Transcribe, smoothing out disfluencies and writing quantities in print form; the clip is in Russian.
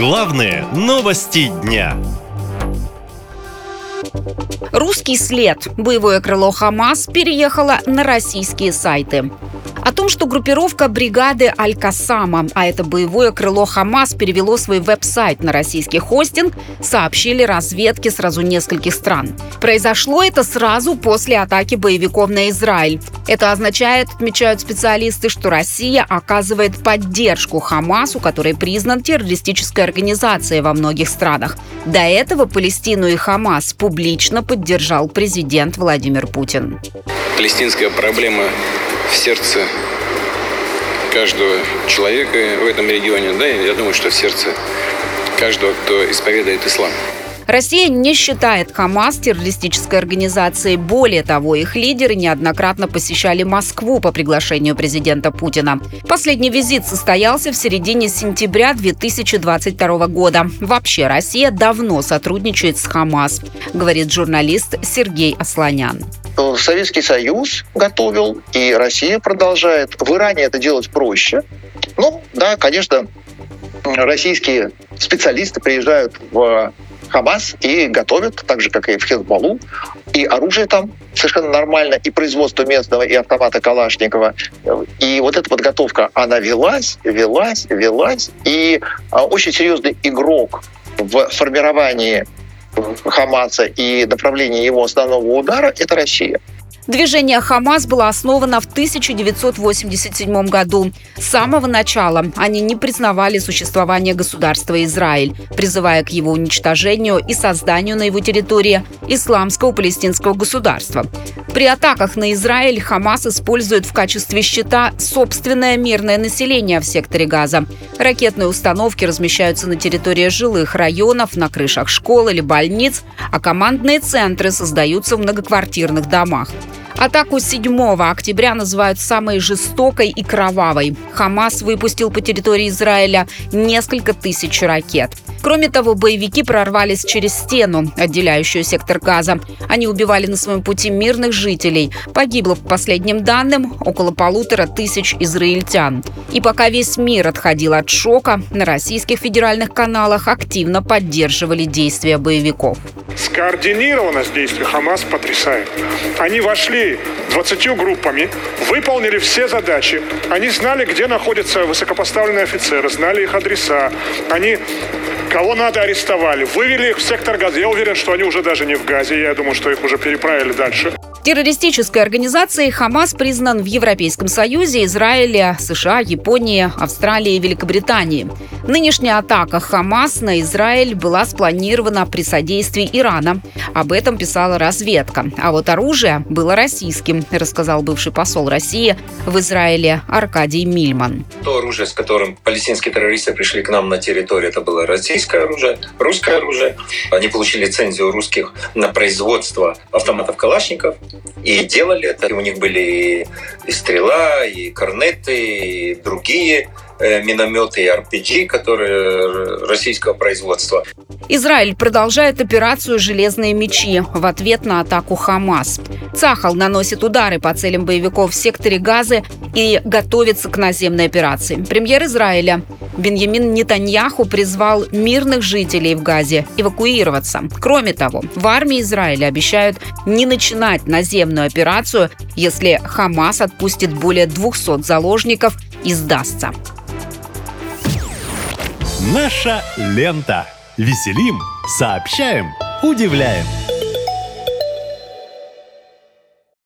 Главные новости дня. Русский след. Боевое крыло «Хамас» переехало на российские сайты. О том, что группировка бригады Аль-Кассама, а это боевое крыло «Хамас», перевело свой веб-сайт на российский хостинг, сообщили разведки сразу нескольких стран. Произошло это сразу после атаки боевиков на Израиль. Это означает, отмечают специалисты, что Россия оказывает поддержку «Хамасу», который признан террористической организацией во многих странах. До этого Палестину и «Хамас» публично поддержал президент Владимир Путин. Палестинская проблема в сердце каждого человека в этом регионе, да, я думаю, что в сердце каждого, кто исповедует ислам. Россия не считает «Хамас» террористической организацией. Более того, их лидеры неоднократно посещали Москву по приглашению президента Путина. Последний визит состоялся в середине сентября 2022 года. Вообще, Россия давно сотрудничает с «Хамас», говорит журналист Сергей Асланян. Советский Союз готовил, и Россия продолжает. В Иране это делать проще. Ну, да, конечно, российские специалисты приезжают в «Хамас» и готовят, так же, как и в Хезболлу. И оружие там совершенно нормально, и производство местного, и автомата Калашникова. И вот эта подготовка, она велась. И очень серьезный игрок в формировании «Хамаса» и направлении его основного удара – это Россия. Движение «Хамас» было основано в 1987 году. С самого начала они не признавали существование государства Израиль, призывая к его уничтожению и созданию на его территории исламского палестинского государства. При атаках на Израиль «Хамас» использует в качестве щита собственное мирное население в секторе Газа. Ракетные установки размещаются на территории жилых районов, на крышах школ или больниц, а командные центры создаются в многоквартирных домах. Атаку 7 октября называют самой жестокой и кровавой. «Хамас» выпустил по территории Израиля несколько тысяч ракет. Кроме того, боевики прорвались через стену, отделяющую сектор Газа. Они убивали на своем пути мирных жителей. Погибло, по последним данным, около 1500 израильтян. И пока весь мир отходил от шока, на российских федеральных каналах активно поддерживали действия боевиков. Скоординированность действий «Хамас» потрясает. Они вошли 20 группами, выполнили все задачи. Они знали, где находятся высокопоставленные офицеры, знали их адреса. Они кого надо арестовали, вывели их в сектор Газа. Я уверен, что они уже даже не в Газе. Я думаю, что их уже переправили дальше. Террористической организацией «Хамас» признан в Европейском Союзе, Израиле, США, Японии, Австралии и Великобритании. Нынешняя атака «Хамас» на Израиль была спланирована при содействии Ирана. Об этом писала разведка. А вот оружие было российским, рассказал бывший посол России в Израиле Аркадий Мильман. То оружие, с которым палестинские террористы пришли к нам на территорию, это было российское оружие, русское оружие. Они получили лицензию у русских на производство автоматов Калашников. И делали это. У них были и стрела, и корнеты, и другие минометы и RPG, которые российского производства. Израиль продолжает операцию «Железные мечи» в ответ на атаку «Хамас». Цахал наносит удары по целям боевиков в секторе Газы и готовится к наземной операции. Премьер Израиля Биньямин Нетаньяху призвал мирных жителей в Газе эвакуироваться. Кроме того, в армии Израиля обещают не начинать наземную операцию, если «Хамас» отпустит более 200 заложников и сдастся. Наша лента. Веселим, сообщаем, удивляем.